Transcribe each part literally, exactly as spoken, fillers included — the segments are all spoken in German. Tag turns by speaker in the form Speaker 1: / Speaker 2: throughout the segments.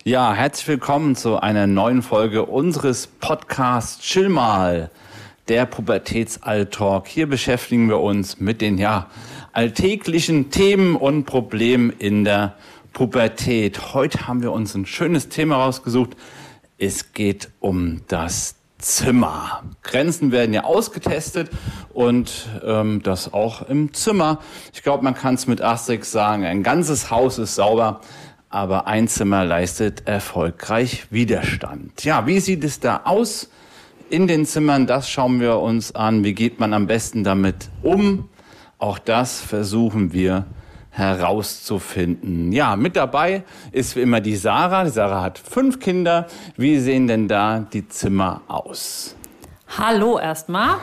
Speaker 1: Ja, herzlich willkommen zu einer neuen Folge unseres Podcasts Chill mal, der Pubertätsalltalk. Hier beschäftigen wir uns mit den ja, alltäglichen Themen und Problemen in der Pubertät. Heute haben wir uns ein schönes Thema rausgesucht. Es geht um das Zimmer. Grenzen werden ja ausgetestet und ähm, das auch im Zimmer. Ich glaube, man kann es mit Asterix sagen, ein ganzes Haus ist sauber, aber ein Zimmer leistet erfolgreich Widerstand. Ja, wie sieht es da aus in den Zimmern? Das schauen wir uns an. Wie geht man am besten damit um? Auch das versuchen wir herauszufinden. Ja, mit dabei ist wie immer die Sarah. Die Sarah hat fünf Kinder. Wie sehen denn da die Zimmer aus?
Speaker 2: Hallo erstmal.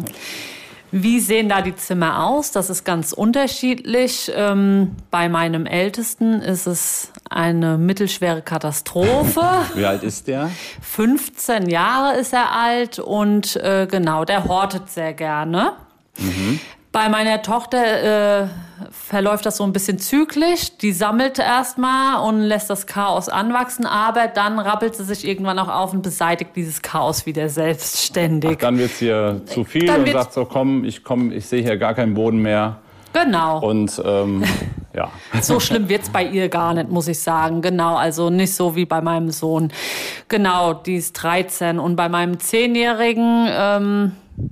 Speaker 2: Wie sehen da die Zimmer aus? Das ist ganz unterschiedlich. Ähm, bei meinem Ältesten ist es eine mittelschwere Katastrophe.
Speaker 1: Wie alt ist der?
Speaker 2: fünfzehn Jahre ist er alt und äh, genau, der hortet sehr gerne. Mhm. Bei meiner Tochter äh, verläuft das so ein bisschen zyklisch. Die sammelt erstmal und lässt das Chaos anwachsen, aber dann rappelt sie sich irgendwann auch auf und beseitigt dieses Chaos wieder selbstständig.
Speaker 1: Ach, dann wird es hier zu viel
Speaker 2: dann
Speaker 1: und sagt so, komm, ich komm, ich sehe hier gar keinen Boden mehr.
Speaker 2: Genau.
Speaker 1: Und ähm, ja.
Speaker 2: So schlimm wird's bei ihr gar nicht, muss ich sagen. Genau, also nicht so wie bei meinem Sohn. Genau, die ist dreizehn und bei meinem Zehnjährigen... Ähm,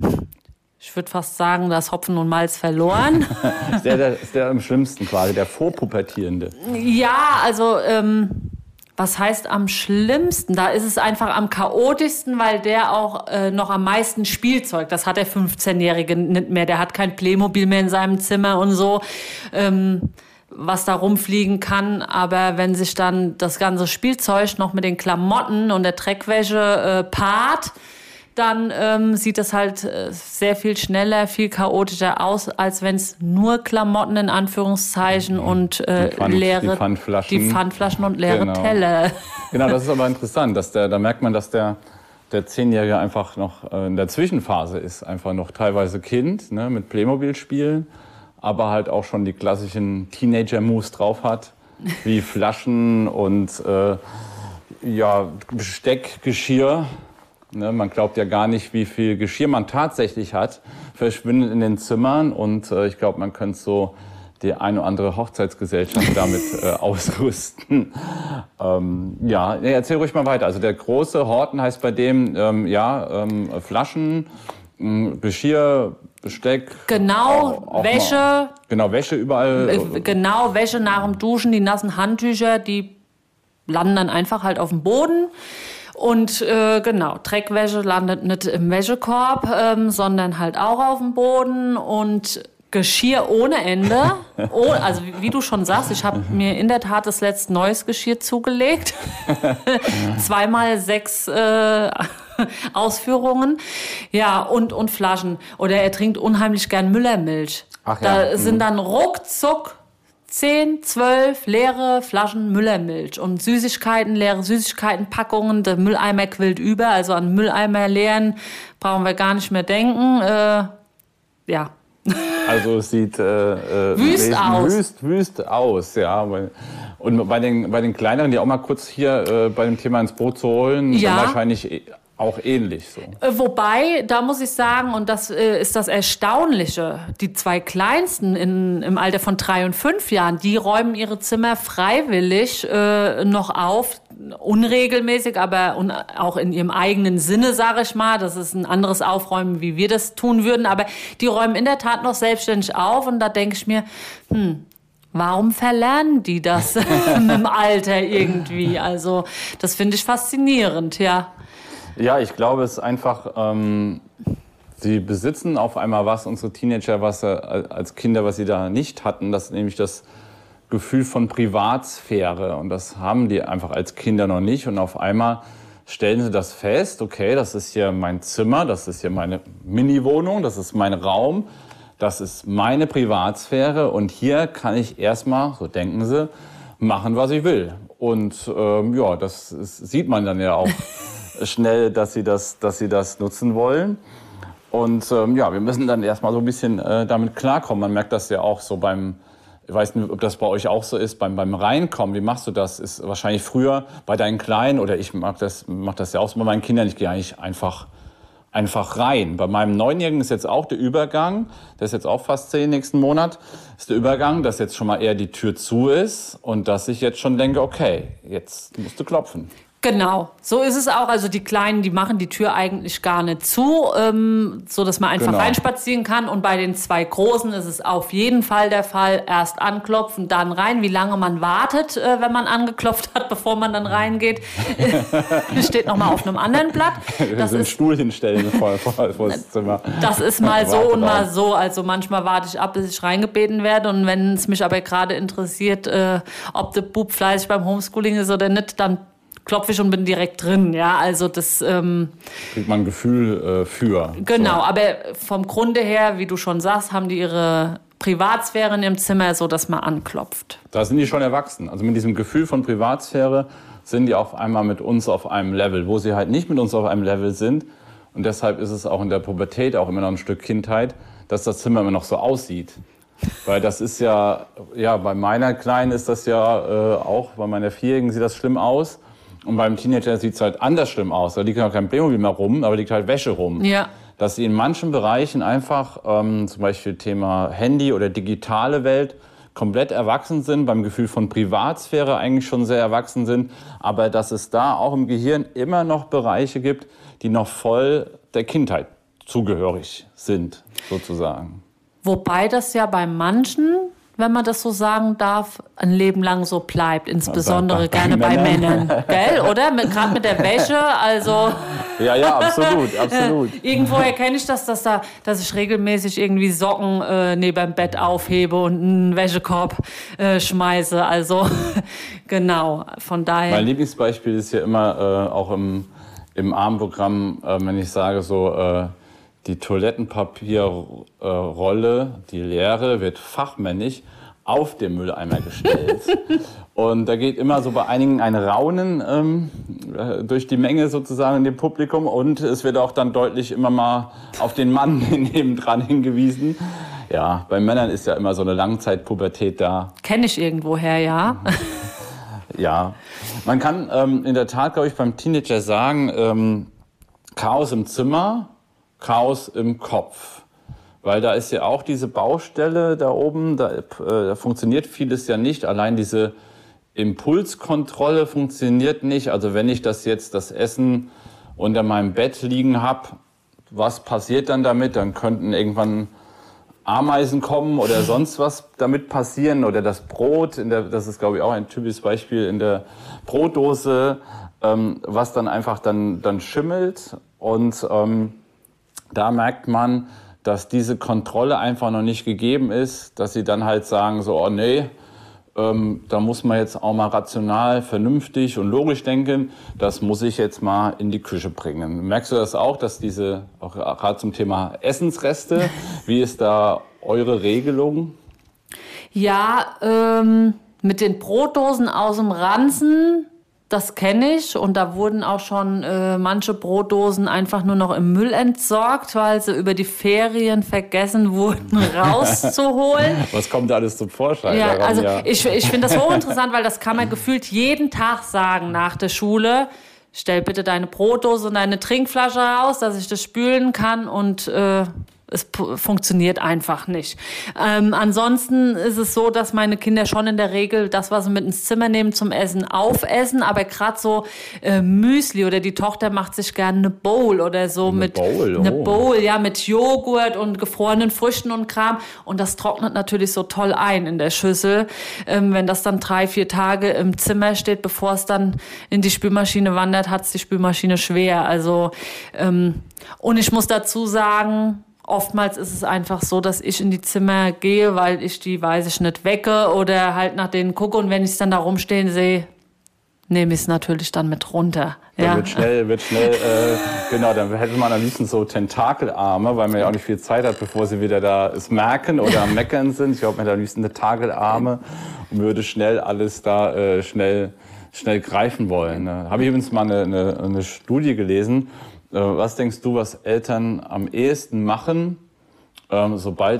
Speaker 2: Ich würde fast sagen, da ist Hopfen und Malz verloren.
Speaker 1: ist, der, der, ist der am schlimmsten quasi, der Vorpubertierende?
Speaker 2: Ja, also ähm, was heißt am schlimmsten? Da ist es einfach am chaotischsten, weil der auch äh, noch am meisten Spielzeug, das hat der fünfzehnjährige nicht mehr. Der hat kein Playmobil mehr in seinem Zimmer und so, ähm, was da rumfliegen kann. Aber wenn sich dann das ganze Spielzeug noch mit den Klamotten und der Dreckwäsche äh, paart, dann ähm, sieht das halt äh, sehr viel schneller, viel chaotischer aus, als wenn es nur Klamotten in Anführungszeichen und äh,
Speaker 1: die Pfand,
Speaker 2: leere
Speaker 1: die Pfandflaschen.
Speaker 2: die Pfandflaschen und leere
Speaker 1: genau.
Speaker 2: Teller.
Speaker 1: Genau, das ist aber interessant, dass der, da merkt man, dass der der Zehnjährige einfach noch äh, in der Zwischenphase ist, einfach noch teilweise Kind, ne, mit Playmobil spielen, aber halt auch schon die klassischen Teenager-Moves drauf hat, wie Flaschen und äh, ja Besteck, Geschirr. Ne, man glaubt ja gar nicht, wie viel Geschirr man tatsächlich hat, verschwindet in den Zimmern. Und äh, ich glaube, man könnte so die eine oder andere Hochzeitsgesellschaft damit äh, ausrüsten. Ähm, ja, erzähl ruhig mal weiter. Also der große Horten heißt bei dem, ähm, ja, ähm, Flaschen, ähm, Geschirr, Besteck.
Speaker 2: Genau,
Speaker 1: auch, auch
Speaker 2: Wäsche.
Speaker 1: Mal, genau, Wäsche überall.
Speaker 2: Äh, genau, Wäsche nach dem Duschen, die nassen Handtücher, die landen dann einfach halt auf dem Boden. Und äh, genau, Dreckwäsche landet nicht im Wäschekorb, ähm, sondern halt auch auf dem Boden und Geschirr ohne Ende. Oh, also wie, wie du schon sagst, ich habe mir in der Tat das letzte neues Geschirr zugelegt. Zweimal sechs äh, Ausführungen. Ja, und, und Flaschen. Oder er trinkt unheimlich gern Müllermilch.
Speaker 1: Ach ja.
Speaker 2: Da sind dann ruckzuck zehn, zwölf leere Flaschen Müllermilch und Süßigkeiten, leere Süßigkeitenpackungen. Der Mülleimer quillt über, also an Mülleimer leeren brauchen wir gar nicht mehr denken. Äh, ja.
Speaker 1: Also es sieht äh, äh,
Speaker 2: wüst aus.
Speaker 1: Wüst, wüst aus, ja. Und bei den, bei den kleineren, die auch mal kurz hier äh, bei dem Thema ins Boot zu holen,
Speaker 2: ja.
Speaker 1: dann wahrscheinlich auch ähnlich so.
Speaker 2: Wobei, da muss ich sagen, und das äh, ist das Erstaunliche, die zwei Kleinsten in, im Alter von drei und fünf Jahren, die räumen ihre Zimmer freiwillig äh, noch auf, unregelmäßig, aber un, auch in ihrem eigenen Sinne, sage ich mal. Das ist ein anderes Aufräumen, wie wir das tun würden, aber die räumen in der Tat noch selbstständig auf und da denke ich mir, hm, warum verlernen die das im Alter irgendwie? Also das finde ich faszinierend, ja.
Speaker 1: Ja, ich glaube, es ist einfach, ähm, sie besitzen auf einmal was, unsere Teenager, was äh, als Kinder, was sie da nicht hatten, das ist nämlich das Gefühl von Privatsphäre. Und das haben die einfach als Kinder noch nicht. Und auf einmal stellen sie das fest, okay, das ist hier mein Zimmer, das ist hier meine Mini-Wohnung, das ist mein Raum, das ist meine Privatsphäre. Und hier kann ich erstmal, so denken sie, machen, was ich will. Und ähm, ja, das ist, sieht man dann ja auch schnell, dass sie das, dass sie das nutzen wollen. Und ähm, ja, wir müssen dann erstmal so ein bisschen äh, damit klarkommen. Man merkt das ja auch so beim Ich weiß nicht, ob das bei euch auch so ist, beim, beim Reinkommen. Wie machst du das? Ist wahrscheinlich früher bei deinen Kleinen, oder ich mag das, mach das ja auch so bei meinen Kindern, ich gehe eigentlich einfach, einfach rein. Bei meinem Neunjährigen ist jetzt auch der Übergang, der ist jetzt auch fast zehn nächsten Monat, ist der Übergang, dass jetzt schon mal eher die Tür zu ist und dass ich jetzt schon denke, okay, jetzt musst du klopfen.
Speaker 2: Genau, so ist es auch. Also die Kleinen, die machen die Tür eigentlich gar nicht zu, ähm, so dass man einfach genau. reinspazieren kann. Und bei den zwei Großen ist es auf jeden Fall der Fall. Erst anklopfen, dann rein. Wie lange man wartet, äh, wenn man angeklopft hat, bevor man dann reingeht, steht noch mal auf einem anderen Blatt.
Speaker 1: Das so einen Stuhl hinstellen vor, vor, vor das Zimmer.
Speaker 2: Das ist mal so und mal so. Also manchmal warte ich ab, bis ich reingebeten werde. Und wenn es mich aber gerade interessiert, äh, ob der Bub fleißig beim Homeschooling ist oder nicht, dann klopfe ich und bin direkt drin, ja, also das... Ähm,
Speaker 1: kriegt man ein Gefühl äh, für.
Speaker 2: Genau,
Speaker 1: so.
Speaker 2: Aber vom Grunde her, wie du schon sagst, haben die ihre Privatsphäre in ihrem Zimmer, so dass man anklopft.
Speaker 1: Da sind die schon erwachsen. Also mit diesem Gefühl von Privatsphäre sind die auf einmal mit uns auf einem Level, wo sie halt nicht mit uns auf einem Level sind. Und deshalb ist es auch in der Pubertät auch immer noch ein Stück Kindheit, dass das Zimmer immer noch so aussieht. Weil das ist ja, ja, bei meiner Kleinen ist das ja äh, auch, bei meiner Vierjährigen sieht das schlimm aus. Und beim Teenager sieht es halt anders schlimm aus. Da liegt ja kein Playmobil mehr rum, aber liegt halt Wäsche rum.
Speaker 2: Ja.
Speaker 1: Dass sie in manchen Bereichen einfach, ähm, zum Beispiel Thema Handy oder digitale Welt, komplett erwachsen sind, beim Gefühl von Privatsphäre eigentlich schon sehr erwachsen sind, aber dass es da auch im Gehirn immer noch Bereiche gibt, die noch voll der Kindheit zugehörig sind, sozusagen.
Speaker 2: Wobei das ja bei manchen, wenn man das so sagen darf, ein Leben lang so bleibt. Insbesondere bei, gerne bei Männern. Männern. Gell, oder? Gerade mit der Wäsche, also...
Speaker 1: Ja, ja, absolut, absolut.
Speaker 2: Irgendwo erkenne ich das, dass, da, dass ich regelmäßig irgendwie Socken äh, neben dem Bett aufhebe und einen Wäschekorb äh, schmeiße. Also, genau, von daher...
Speaker 1: Mein Lieblingsbeispiel ist ja immer äh, auch im, im Abendprogramm, äh, wenn ich sage so... Äh, die Toilettenpapierrolle, äh, die leere, wird fachmännisch auf den Mülleimer gestellt. Und da geht immer so bei einigen ein Raunen ähm, durch die Menge sozusagen in dem Publikum. Und es wird auch dann deutlich immer mal auf den Mann nebendran hingewiesen. Ja, bei Männern ist ja immer so eine Langzeitpubertät da.
Speaker 2: Kenne ich irgendwoher, ja.
Speaker 1: Ja, man kann ähm, in der Tat, glaube ich, beim Teenager sagen, ähm, Chaos im Zimmer, Chaos im Kopf. Weil da ist ja auch diese Baustelle da oben, da, äh, da funktioniert vieles ja nicht. Allein diese Impulskontrolle funktioniert nicht. Also wenn ich das jetzt, das Essen unter meinem Bett liegen habe, was passiert dann damit? Dann könnten irgendwann Ameisen kommen oder sonst was damit passieren. Oder das Brot, in der, das ist glaube ich auch ein typisches Beispiel, in der Brotdose, ähm, was dann einfach dann, dann schimmelt. Und ähm, da merkt man, dass diese Kontrolle einfach noch nicht gegeben ist, dass sie dann halt sagen so, oh nee, ähm, da muss man jetzt auch mal rational, vernünftig und logisch denken, das muss ich jetzt mal in die Küche bringen. Merkst du das auch, dass diese, auch gerade zum Thema Essensreste, wie ist da eure Regelung?
Speaker 2: Ja, ähm, mit den Brotdosen aus dem Ranzen, das kenne ich, und da wurden auch schon äh, manche Brotdosen einfach nur noch im Müll entsorgt, weil sie über die Ferien vergessen wurden rauszuholen.
Speaker 1: Was kommt da alles zum Vorschein?
Speaker 2: Ja,
Speaker 1: daran,
Speaker 2: also
Speaker 1: ja.
Speaker 2: ich, ich finde das hochinteressant, weil das kann man gefühlt jeden Tag sagen nach der Schule. Stell bitte deine Brotdose und deine Trinkflasche raus, dass ich das spülen kann, und äh, es p- funktioniert einfach nicht. Ähm, ansonsten ist es so, dass meine Kinder schon in der Regel das, was sie mit ins Zimmer nehmen zum Essen, aufessen. Aber gerade so äh, Müsli, oder die Tochter macht sich gerne eine Bowl oder so.
Speaker 1: Eine
Speaker 2: mit
Speaker 1: Bowl, oh.
Speaker 2: Eine Bowl, ja, mit Joghurt und gefrorenen Früchten und Kram. Und das trocknet natürlich so toll ein in der Schüssel. Ähm, wenn das dann drei, vier Tage im Zimmer steht, bevor es dann in die Spülmaschine wandert, hat es die Spülmaschine schwer. Also, ähm, und ich muss dazu sagen, oftmals ist es einfach so, dass ich in die Zimmer gehe, weil ich die, weiß ich nicht, wecke oder halt nach denen gucke, und wenn ich es dann da rumstehen sehe, nehme ich es natürlich dann mit runter.
Speaker 1: Ja.
Speaker 2: Ja.
Speaker 1: Wird schnell, wird schnell, äh, genau, dann hätte man am liebsten so Tentakelarme, weil man ja auch nicht viel Zeit hat, bevor sie wieder da es merken oder am Meckern sind. Ich glaube, man hätte am liebsten Tentakelarme und würde schnell alles da äh, schnell, schnell greifen wollen. Ne? Habe ich übrigens mal eine, eine, eine Studie gelesen. Was denkst du, was Eltern am ehesten machen, ähm, sobald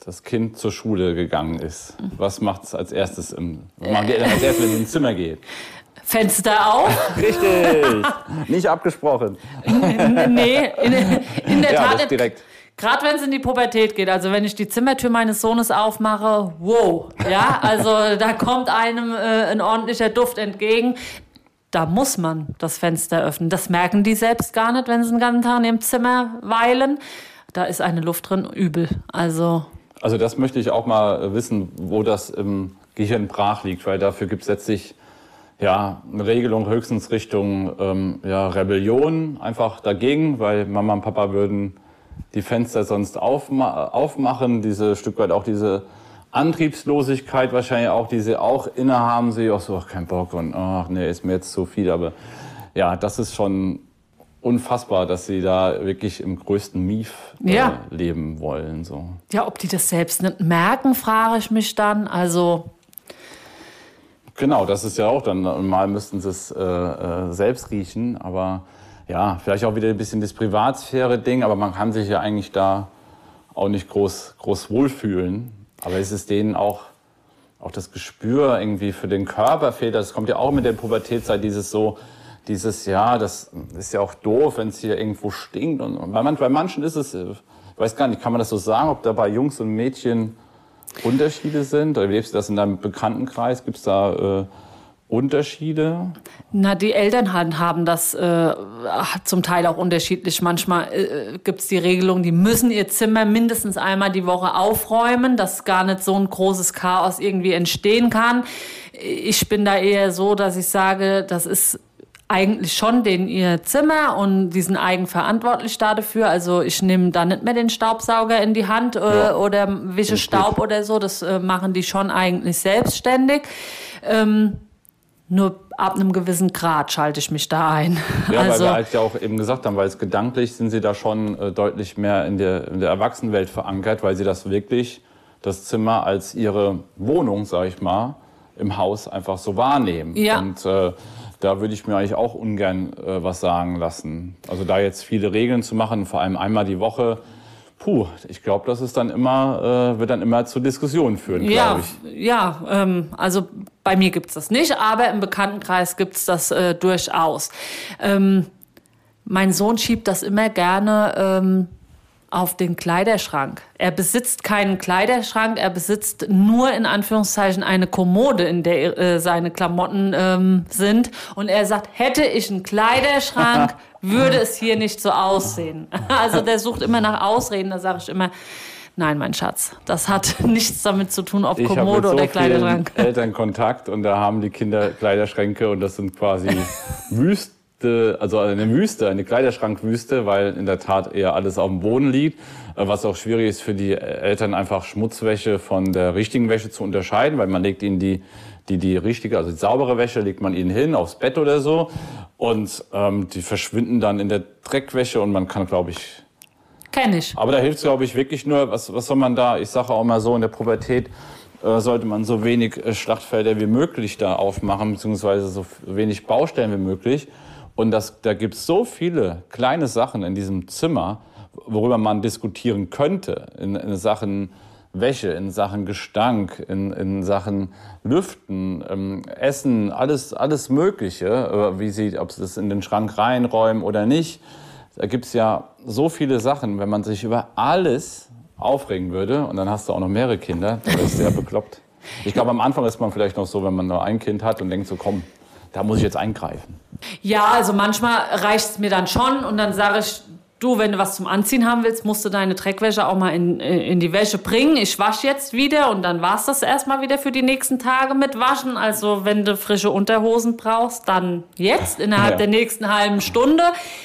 Speaker 1: das Kind zur Schule gegangen ist, was macht es als erstes, im, was macht die Eltern als erstes, wenn sie ins Zimmer geht?
Speaker 2: Fenster auf?
Speaker 1: Richtig, nicht abgesprochen.
Speaker 2: Nee, in, in der
Speaker 1: ja,
Speaker 2: Tat.
Speaker 1: Das direkt.
Speaker 2: Gerade wenn es in die Pubertät geht, also wenn ich die Zimmertür meines Sohnes aufmache, wow, ja, also da kommt einem äh, ein ordentlicher Duft entgegen. Da muss man das Fenster öffnen. Das merken die selbst gar nicht, wenn sie den ganzen Tag in ihrem Zimmer weilen. Da ist eine Luft drin, übel. Also,
Speaker 1: also das möchte ich auch mal wissen, wo das im Gehirn brach liegt, weil dafür gibt es letztlich ja, eine Regelung höchstens Richtung ähm, ja, Rebellion, einfach dagegen, weil Mama und Papa würden die Fenster sonst aufma- aufmachen, diese Stück weit auch diese Antriebslosigkeit wahrscheinlich auch, die sie auch innehaben, sie auch so, ach, kein Bock und ach nee, ist mir jetzt zu viel, aber ja, das ist schon unfassbar, dass sie da wirklich im größten Mief äh,
Speaker 2: ja.
Speaker 1: leben wollen. So.
Speaker 2: Ja, ob die das selbst nicht merken, frage ich mich dann, also...
Speaker 1: Genau, das ist ja auch dann, mal müssten sie es äh, äh, selbst riechen, aber ja, vielleicht auch wieder ein bisschen das Privatsphäre-Ding, aber man kann sich ja eigentlich da auch nicht groß, groß wohlfühlen. Aber es ist denen auch, auch das Gespür irgendwie für den Körper fehlt. Das kommt ja auch mit der Pubertätzeit, dieses so, dieses, ja, das ist ja auch doof, wenn es hier irgendwo stinkt. Und bei, man, bei manchen ist es, ich weiß gar nicht, kann man das so sagen, ob da bei Jungs und Mädchen Unterschiede sind? Oder lebst du das in deinem Bekanntenkreis? Gibt es da äh, Unterschiede?
Speaker 2: Na, die Eltern haben das äh, zum Teil auch unterschiedlich. Manchmal äh, gibt es die Regelung, die müssen ihr Zimmer mindestens einmal die Woche aufräumen, dass gar nicht so ein großes Chaos irgendwie entstehen kann. Ich bin da eher so, dass ich sage, das ist eigentlich schon denen ihr Zimmer und die sind eigenverantwortlich dafür. Also ich nehme da nicht mehr den Staubsauger in die Hand äh, ja. oder wische Staub gut. oder so. Das äh, machen die schon eigentlich selbstständig. Ähm, nur ab einem gewissen Grad schalte ich mich da ein.
Speaker 1: Ja,
Speaker 2: also,
Speaker 1: weil wir halt ja auch eben gesagt haben, weil es gedanklich sind sie da schon äh, deutlich mehr in der, in der Erwachsenenwelt verankert, weil sie das wirklich, das Zimmer als ihre Wohnung, sag ich mal, im Haus einfach so wahrnehmen.
Speaker 2: Ja.
Speaker 1: Und äh, da würde ich mir eigentlich auch ungern äh, was sagen lassen. Also da jetzt viele Regeln zu machen, vor allem einmal die Woche, puh, ich glaube, das ist dann immer, äh, wird dann immer zu Diskussionen führen,
Speaker 2: ja,
Speaker 1: glaube ich.
Speaker 2: Ja, ähm, also bei mir gibt's das nicht, aber im Bekanntenkreis gibt's das äh, durchaus. Ähm, mein Sohn schiebt das immer gerne ähm, auf den Kleiderschrank. Er besitzt keinen Kleiderschrank, er besitzt nur in Anführungszeichen eine Kommode, in der äh, seine Klamotten ähm, sind. Und er sagt, hätte ich einen Kleiderschrank, würde es hier nicht so aussehen. Also der sucht immer nach Ausreden, da sage ich immer, nein, mein Schatz, das hat nichts damit zu tun, ob
Speaker 1: ich
Speaker 2: Kommode
Speaker 1: so
Speaker 2: oder Kleiderschrank.
Speaker 1: Ich habe mit Eltern Kontakt und da haben die Kinder Kleiderschränke und das sind quasi Wüsten. Also eine Wüste, eine Kleiderschrankwüste, weil in der Tat eher alles auf dem Boden liegt. Was auch schwierig ist für die Eltern, einfach Schmutzwäsche von der richtigen Wäsche zu unterscheiden, weil man legt ihnen die, die, die richtige, also die saubere Wäsche legt man ihnen hin, aufs Bett oder so. Und ähm, die verschwinden dann in der Dreckwäsche und man kann, glaube ich...
Speaker 2: Kenn ich.
Speaker 1: Aber da hilft es, glaube ich, wirklich nur, was, was soll man da, ich sage auch mal so, in der Pubertät äh, sollte man so wenig äh, Schlachtfelder wie möglich da aufmachen, beziehungsweise so wenig Baustellen wie möglich. Und das, da gibt es so viele kleine Sachen in diesem Zimmer, worüber man diskutieren könnte, in, in Sachen Wäsche, in Sachen Gestank, in, in Sachen Lüften, ähm, Essen, alles, alles Mögliche, äh, wie sie, ob sie das in den Schrank reinräumen oder nicht. Da gibt es ja so viele Sachen, wenn man sich über alles aufregen würde, und dann hast du auch noch mehrere Kinder, das ist sehr bekloppt. Ich glaube, am Anfang ist man vielleicht noch so, wenn man nur ein Kind hat und denkt so, komm, da muss ich jetzt eingreifen.
Speaker 2: Ja, also manchmal reicht es mir dann schon und dann sage ich, du, wenn du was zum Anziehen haben willst, musst du deine Dreckwäsche auch mal in, in die Wäsche bringen. Ich wasche jetzt wieder und dann war's das erstmal wieder für die nächsten Tage mit Waschen. Also wenn du frische Unterhosen brauchst, dann jetzt, innerhalb ja. der nächsten halben Stunde.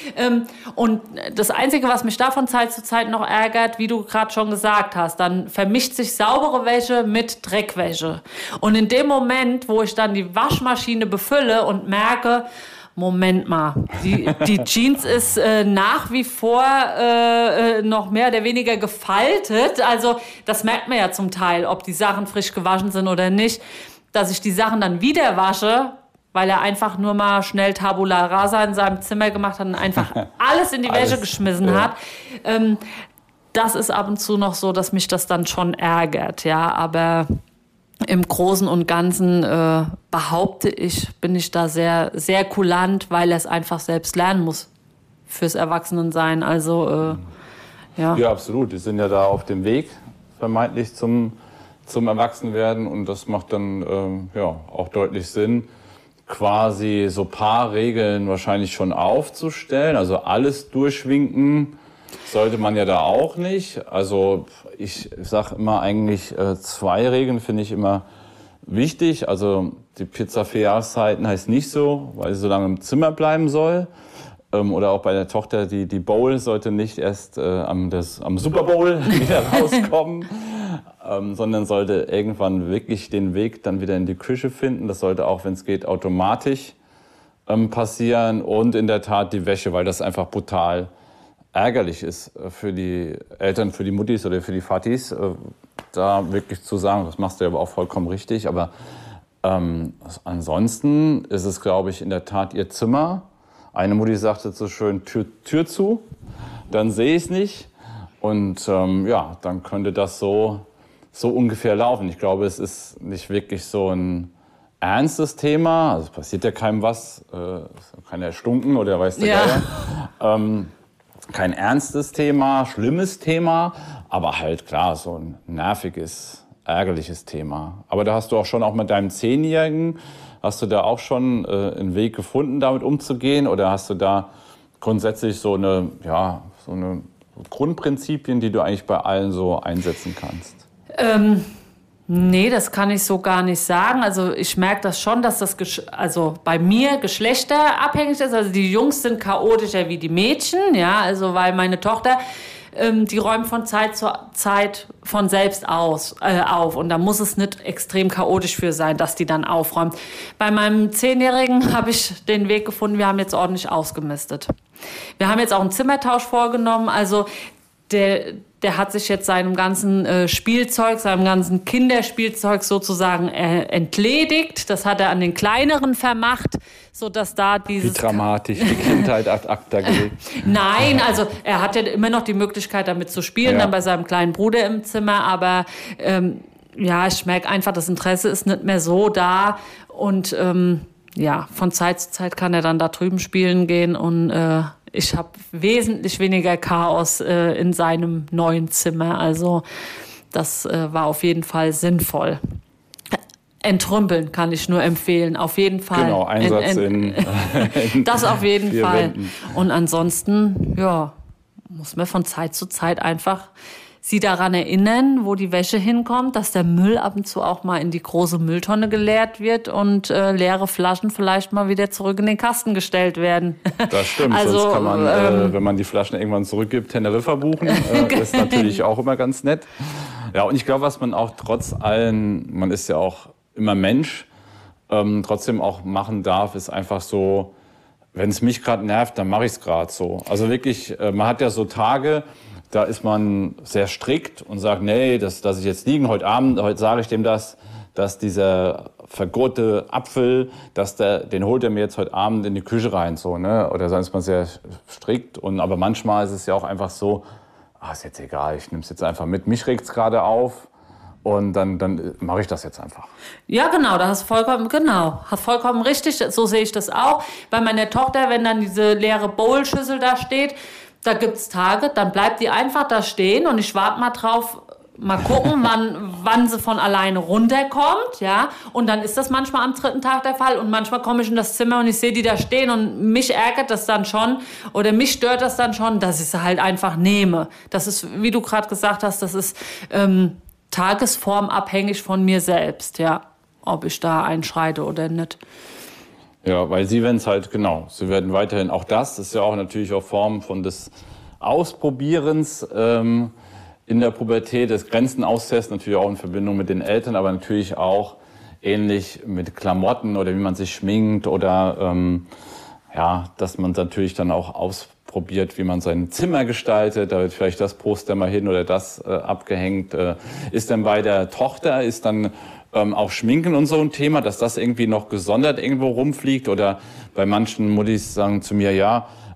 Speaker 2: Und das Einzige, was mich da von Zeit zu Zeit noch ärgert, wie du gerade schon gesagt hast, dann vermischt sich saubere Wäsche mit Dreckwäsche. Und in dem Moment, wo ich dann die Waschmaschine befülle und merke, Moment mal, die, die Jeans ist äh, nach wie vor äh, noch mehr oder weniger gefaltet. Also das merkt man ja zum Teil, ob die Sachen frisch gewaschen sind oder nicht. Dass ich die Sachen dann wieder wasche, weil er einfach nur mal schnell Tabula Rasa in seinem Zimmer gemacht hat und einfach alles in die
Speaker 1: alles,
Speaker 2: Wäsche geschmissen
Speaker 1: ja.
Speaker 2: hat. Ähm, das ist ab und zu noch so, dass mich das dann schon ärgert, ja, aber im Großen und Ganzen äh, behaupte ich, bin ich da sehr, sehr kulant, weil er es einfach selbst lernen muss fürs Erwachsenensein. Also, äh, ja.
Speaker 1: Ja, absolut. Die sind ja da auf dem Weg, vermeintlich zum, zum Erwachsenwerden. Und das macht dann äh, ja, auch deutlich Sinn, quasi so paar Regeln wahrscheinlich schon aufzustellen. Also alles durchwinken sollte man ja da auch nicht. Also ich sage immer eigentlich äh, zwei Regeln finde ich immer wichtig. Also die Pizza für Jahreszeiten heißt nicht so, weil sie so lange im Zimmer bleiben soll. Ähm, oder auch bei der Tochter, die, die Bowl sollte nicht erst äh, am, das, am Super Bowl wieder rauskommen, ähm, sondern sollte irgendwann wirklich den Weg dann wieder in die Küche finden. Das sollte auch, wenn es geht, automatisch ähm, passieren. Und in der Tat die Wäsche, weil das einfach brutal ärgerlich ist für die Eltern, für die Muttis oder für die Vatis, äh, da wirklich zu sagen, das machst du aber auch vollkommen richtig. Aber ähm, ansonsten ist es, glaube ich, in der Tat ihr Zimmer. Eine Mutti sagte so schön, Tür, Tür zu, dann sehe ich es nicht. Und ähm, ja, dann könnte das so, so ungefähr laufen. Ich glaube, es ist nicht wirklich so ein ernstes Thema. Also es passiert ja keinem was, äh, keiner erstunken oder weiß der
Speaker 2: ja.
Speaker 1: Geier. Ähm, kein ernstes Thema, schlimmes Thema, aber halt klar, so ein nerviges, ärgerliches Thema. Aber da hast du auch schon auch mit deinem Zehnjährigen, hast du da auch schon äh, einen Weg gefunden, damit umzugehen? Oder hast du da grundsätzlich so eine, ja, so eine Grundprinzipien, die du eigentlich bei allen so einsetzen kannst?
Speaker 2: Ähm, nee, das kann ich so gar nicht sagen. Also ich merke das schon, dass das Gesch- also bei mir geschlechterabhängig ist. Also die Jungs sind chaotischer wie die Mädchen, ja, also weil meine Tochter, ähm, die räumt von Zeit zu Zeit von selbst aus, äh, auf. Und da muss es nicht extrem chaotisch für sein, dass die dann aufräumt. Bei meinem Zehnjährigen habe ich den Weg gefunden, wir haben jetzt ordentlich ausgemistet. Wir haben jetzt auch einen Zimmertausch vorgenommen, also der, der hat sich jetzt seinem ganzen äh, Spielzeug, seinem ganzen Kinderspielzeug sozusagen äh, entledigt. Das hat er an den Kleineren vermacht, sodass da dieses...
Speaker 1: Wie dramatisch, die Kindheit ad acta gelegt.
Speaker 2: Nein, also er hat ja immer noch die Möglichkeit, damit zu spielen, ja. Dann bei seinem kleinen Bruder im Zimmer, aber ähm, ja, ich merke einfach, das Interesse ist nicht mehr so da und ähm, ja, von Zeit zu Zeit kann er dann da drüben spielen gehen und äh, ich habe wesentlich weniger Chaos äh, in seinem neuen Zimmer. Also das äh, war auf jeden Fall sinnvoll. Entrümpeln kann ich nur empfehlen, auf jeden Fall.
Speaker 1: Genau, Einsatz in, in, in
Speaker 2: das auf jeden Fall.
Speaker 1: Wänden.
Speaker 2: Und ansonsten, ja, muss man von Zeit zu Zeit einfach sie daran erinnern, wo die Wäsche hinkommt, dass der Müll ab und zu auch mal in die große Mülltonne geleert wird und äh, leere Flaschen vielleicht mal wieder zurück in den Kasten gestellt werden.
Speaker 1: Das stimmt,
Speaker 2: also,
Speaker 1: sonst kann man,
Speaker 2: ähm,
Speaker 1: äh, wenn man die Flaschen irgendwann zurückgibt, Teneriffa buchen. Äh, das ist natürlich auch immer ganz nett. Ja, und ich glaube, was man auch trotz allem, man ist ja auch immer Mensch, ähm, trotzdem auch machen darf, ist einfach so, wenn es mich gerade nervt, dann mache ich es gerade so. Also wirklich, äh, man hat ja so Tage, da ist man sehr strikt und sagt, nee, das lasse ich jetzt liegen. Heute Abend, heute sage ich dem das, dass dieser vergurte Apfel, dass der, den holt er mir jetzt heute Abend in die Küche rein, so, ne? Oder dann ist man sehr strikt. Und aber manchmal ist es ja auch einfach so, ah, ist jetzt egal, ich nehme es jetzt einfach mit. Mich regt's gerade auf. Und dann, dann mache ich das jetzt einfach.
Speaker 2: Ja, genau, da hast du vollkommen, genau, hast vollkommen richtig, so sehe ich das auch. Bei meiner Tochter, wenn dann diese leere Bowl-Schüssel da steht, da gibt's Tage, dann bleibt die einfach da stehen und ich warte mal drauf, mal gucken, wann, wann sie von alleine runterkommt, ja. Und dann ist das manchmal am dritten Tag der Fall und manchmal komme ich in das Zimmer und ich sehe die da stehen und mich ärgert das dann schon oder mich stört das dann schon, dass ich sie halt einfach nehme. Das ist, wie du gerade gesagt hast, das ist ähm, tagesformabhängig von mir selbst, ja, ob ich da einschreite oder nicht.
Speaker 1: Ja, weil sie werden es halt, genau, sie werden weiterhin, auch das ist ja auch natürlich auch Form von des Ausprobierens ähm, in der Pubertät, des Grenzen austesten, natürlich auch in Verbindung mit den Eltern, aber natürlich auch ähnlich mit Klamotten oder wie man sich schminkt oder ähm, ja, dass man natürlich dann auch ausprobiert, wie man sein Zimmer gestaltet, da wird vielleicht das Poster mal hin oder das äh, abgehängt. Äh, ist dann bei der Tochter, ist dann Ähm, auch Schminken und so ein Thema, dass das irgendwie noch gesondert irgendwo rumfliegt oder bei manchen Muttis sagen zu mir, ja,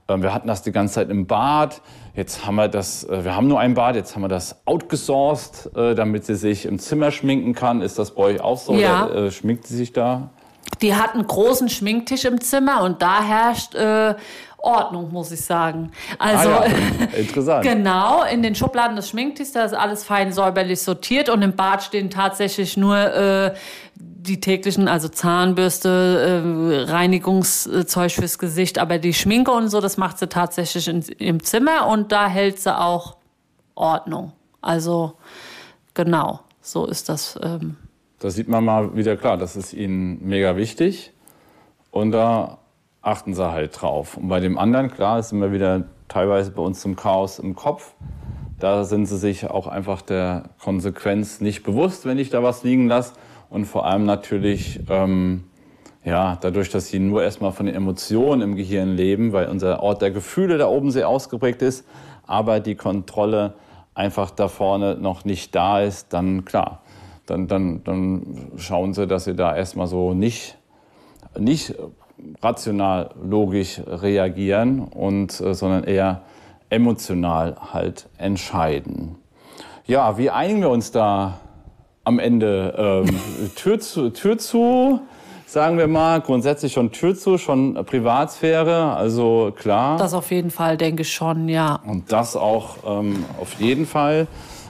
Speaker 1: Wir hatten das die ganze Zeit im Bad. Jetzt haben wir das, wir haben nur ein Bad, jetzt haben wir das outgesourced, damit sie sich im Zimmer schminken kann. Ist das bei euch auch so?
Speaker 2: Ja.
Speaker 1: Oder äh, schminkt sie sich da?
Speaker 2: Die hat einen großen Schminktisch im Zimmer und da herrscht äh, Ordnung, muss ich sagen. Also
Speaker 1: ah ja, interessant.
Speaker 2: Genau, in den Schubladen des Schminktischs, da ist alles fein säuberlich sortiert und im Bad stehen tatsächlich nur äh, die täglichen, also Zahnbürste, äh, Reinigungszeug fürs Gesicht, aber die Schminke und so, das macht sie tatsächlich in, im Zimmer und da hält sie auch Ordnung. Also genau, so ist das. Ähm.
Speaker 1: Da sieht man mal wieder, klar, das ist ihnen mega wichtig und da achten sie halt drauf. Und bei dem anderen, klar, ist immer wieder teilweise bei uns zum Chaos im Kopf. Da sind sie sich auch einfach der Konsequenz nicht bewusst, wenn ich da was liegen lasse. Und vor allem natürlich, ähm, ja, dadurch, dass sie nur erstmal von den Emotionen im Gehirn leben, weil unser Ort der Gefühle da oben sehr ausgeprägt ist, aber die Kontrolle einfach da vorne noch nicht da ist, dann klar, dann, dann, dann schauen sie, dass sie da erstmal so nicht, nicht rational, logisch reagieren, und, äh, sondern eher emotional halt entscheiden. Ja, wie einigen wir uns da am Ende? Ähm, Tür zu, Tür zu, sagen wir mal, grundsätzlich schon Tür zu, schon Privatsphäre, also klar.
Speaker 2: Das auf jeden Fall, denke ich schon, ja.
Speaker 1: Und das auch ähm, auf jeden Fall.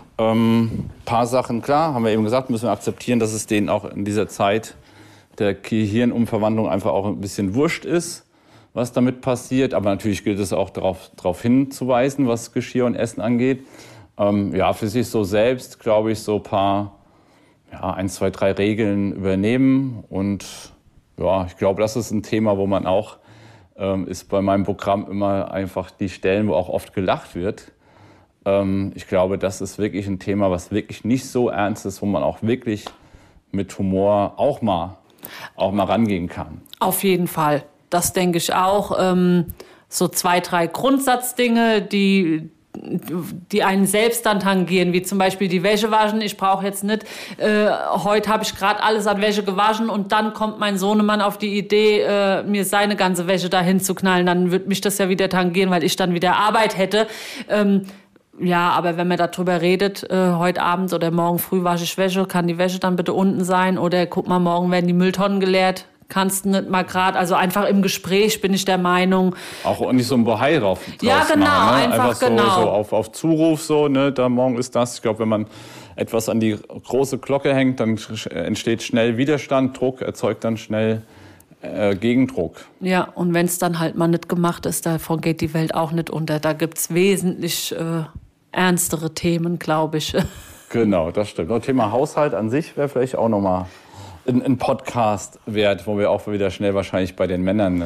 Speaker 1: Ähm, paar Sachen, klar, haben wir eben gesagt, müssen wir akzeptieren, dass es denen auch in dieser Zeit der Gehirnumverwandlung einfach auch ein bisschen wurscht ist, was damit passiert. Aber natürlich gilt es auch darauf, darauf hinzuweisen, was Geschirr und Essen angeht. Ähm, ja, für sich so selbst, glaube ich, so ein paar, ja, ein, zwei, drei Regeln übernehmen. Und ja, ich glaube, das ist ein Thema, wo man auch, ähm, ist bei meinem Programm immer einfach die Stellen, wo auch oft gelacht wird. Ähm, ich glaube, das ist wirklich ein Thema, was wirklich nicht so ernst ist, wo man auch wirklich mit Humor auch mal auch mal rangehen kann.
Speaker 2: Auf jeden Fall. Das denke ich auch. Ähm, so zwei, drei Grundsatzdinge, die, die einen selbst dann tangieren, wie zum Beispiel die Wäsche waschen. Ich brauche jetzt nicht, äh, heute habe ich gerade alles an Wäsche gewaschen und dann kommt mein Sohnemann auf die Idee, äh, mir seine ganze Wäsche dahin zu knallen. Dann wird mich das ja wieder tangieren, weil ich dann wieder Arbeit hätte. Ähm, Ja, aber wenn man darüber redet, äh, heute Abend oder morgen früh wasche ich Wäsche, kann die Wäsche dann bitte unten sein? Oder guck mal, morgen werden die Mülltonnen geleert, kannst du nicht mal gerade, also einfach im Gespräch bin ich der Meinung.
Speaker 1: Auch nicht so ein Bohai drauf, draus
Speaker 2: ja, genau,
Speaker 1: machen, ne?
Speaker 2: einfach,
Speaker 1: einfach so,
Speaker 2: genau.
Speaker 1: so auf, auf Zuruf, so, ne, da morgen ist das. Ich glaube, wenn man etwas an die große Glocke hängt, dann entsteht schnell Widerstand, Druck erzeugt dann schnell äh, Gegendruck.
Speaker 2: Ja, und wenn es dann halt mal nicht gemacht ist, davon geht die Welt auch nicht unter. Da gibt's wesentlich äh, ernstere Themen, glaube ich.
Speaker 1: Genau, das stimmt. Das Thema Haushalt an sich wäre vielleicht auch nochmal ein, ein Podcast wert, wo wir auch wieder schnell wahrscheinlich bei den Männern äh,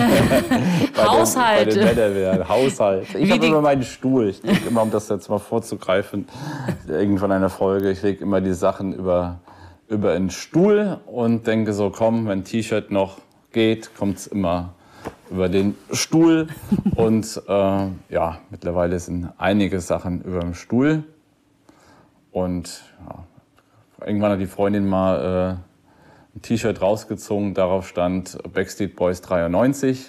Speaker 1: bei
Speaker 2: Haushalt.
Speaker 1: Den, bei den Männern wären. Haushalt. Ich habe immer meinen Stuhl. Ich denke immer, um das jetzt mal vorzugreifen, irgendwann einer Folge, ich lege immer die Sachen über, über einen Stuhl und denke so, komm, wenn ein T-Shirt noch geht, kommt es immer über den Stuhl. Und äh, ja, mittlerweile sind einige Sachen über dem Stuhl. Und ja, irgendwann hat die Freundin mal äh, ein T-Shirt rausgezogen, darauf stand Backstreet Boys dreiundneunzig.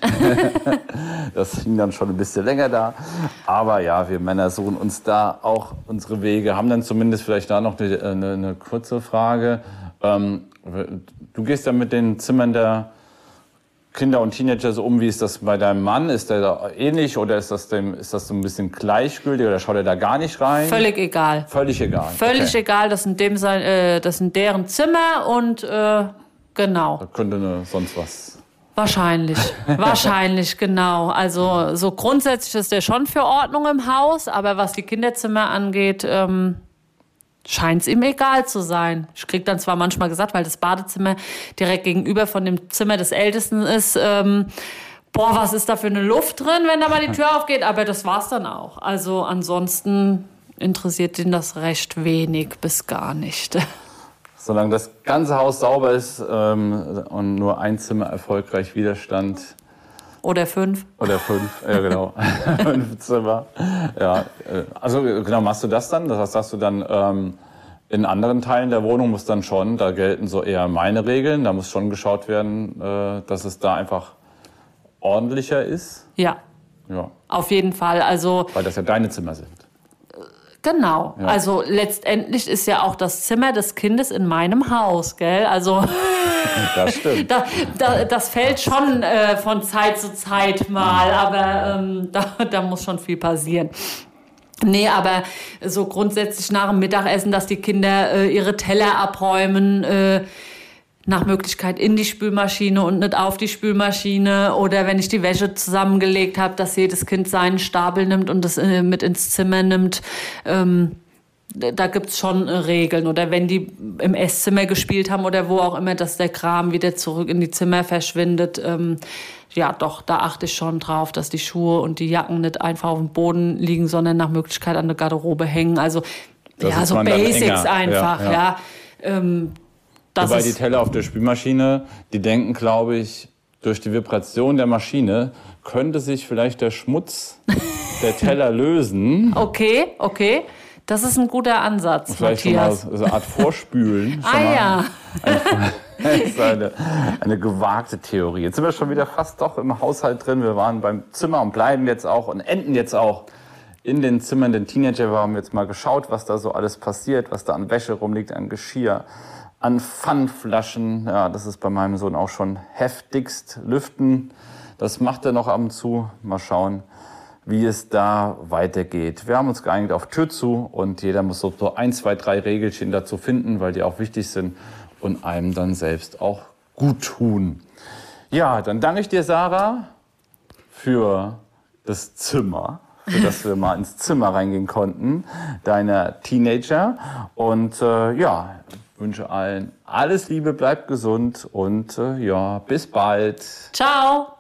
Speaker 1: Das hing dann schon ein bisschen länger da. Aber ja, wir Männer suchen uns da auch unsere Wege. Haben dann zumindest vielleicht da noch eine, eine, eine kurze Frage. Ähm, du gehst ja mit den Zimmern der Kinder und Teenager so um, wie ist das bei deinem Mann? Ist der da ähnlich oder ist das, dem, ist das so ein bisschen gleichgültig oder schaut er da gar nicht rein?
Speaker 2: Völlig egal.
Speaker 1: Völlig egal.
Speaker 2: Völlig
Speaker 1: okay.
Speaker 2: egal, das sind, dem sein, äh, das sind deren Zimmer und äh, genau.
Speaker 1: Da könnte eine, sonst was.
Speaker 2: Wahrscheinlich, wahrscheinlich, genau. Also so grundsätzlich ist der schon für Ordnung im Haus, aber was die Kinderzimmer angeht, ähm, scheint es ihm egal zu sein. Ich krieg dann zwar manchmal gesagt, weil das Badezimmer direkt gegenüber von dem Zimmer des Ältesten ist, ähm, boah, was ist da für eine Luft drin, wenn da mal die Tür aufgeht, aber das war's dann auch. Also ansonsten interessiert ihn das recht wenig bis gar nicht.
Speaker 1: Solange das ganze Haus sauber ist ähm, und nur ein Zimmer erfolgreich Widerstand.
Speaker 2: Oder fünf.
Speaker 1: Oder fünf, ja genau. Fünf Zimmer. Ja, also genau, machst du das dann? Das heißt, dass du dann ähm, in anderen Teilen der Wohnung muss dann schon, da gelten so eher meine Regeln, da muss schon geschaut werden, äh, dass es da einfach ordentlicher ist.
Speaker 2: Ja,
Speaker 1: Ja.
Speaker 2: Auf jeden Fall. Also,
Speaker 1: weil das ja deine Zimmer sind.
Speaker 2: Genau.
Speaker 1: Ja.
Speaker 2: Also letztendlich ist ja auch das Zimmer des Kindes in meinem Haus, gell? Also
Speaker 1: das stimmt.
Speaker 2: da, da, das fällt schon äh, von Zeit zu Zeit mal, aber ähm, da, da muss schon viel passieren. Nee, aber so grundsätzlich nach dem Mittagessen, dass die Kinder äh, ihre Teller abräumen, äh, nach Möglichkeit in die Spülmaschine und nicht auf die Spülmaschine. Oder wenn ich die Wäsche zusammengelegt habe, dass jedes Kind seinen Stapel nimmt und das äh, mit ins Zimmer nimmt. Ähm, da gibt's schon äh, Regeln. Oder wenn die im Esszimmer gespielt haben oder wo auch immer, dass der Kram wieder zurück in die Zimmer verschwindet. Ähm, ja, doch, da achte ich schon drauf, dass die Schuhe und die Jacken nicht einfach auf dem Boden liegen, sondern nach Möglichkeit an der Garderobe hängen. Also
Speaker 1: das
Speaker 2: ja, so Basics einfach, ja.
Speaker 1: ja.
Speaker 2: ja. Ähm, Das
Speaker 1: Wobei die Teller auf der Spülmaschine, die denken, glaube ich, durch die Vibration der Maschine könnte sich vielleicht der Schmutz der Teller lösen.
Speaker 2: Okay, okay. Das ist ein guter Ansatz,
Speaker 1: vielleicht
Speaker 2: Matthias.
Speaker 1: Schon mal so eine Art Vorspülen.
Speaker 2: ah ja.
Speaker 1: Das ist eine, eine gewagte Theorie. Jetzt sind wir schon wieder fast doch im Haushalt drin. Wir waren beim Zimmer und bleiben jetzt auch und enden jetzt auch in den Zimmern der Teenager. Wir haben jetzt mal geschaut, was da so alles passiert, was da an Wäsche rumliegt, an Geschirr, an Pfannflaschen. Ja, das ist bei meinem Sohn auch schon heftigst. Lüften, das macht er noch ab und zu. Mal schauen, wie es da weitergeht. Wir haben uns geeinigt auf Tür zu und jeder muss so ein, zwei, drei Regelchen dazu finden, weil die auch wichtig sind und einem dann selbst auch gut tun. Ja, dann danke ich dir, Sarah, für das Zimmer, für das wir mal ins Zimmer reingehen konnten, deiner Teenager. Und äh, ja, wünsche allen alles Liebe, bleibt gesund und äh, ja, bis bald.
Speaker 2: Ciao.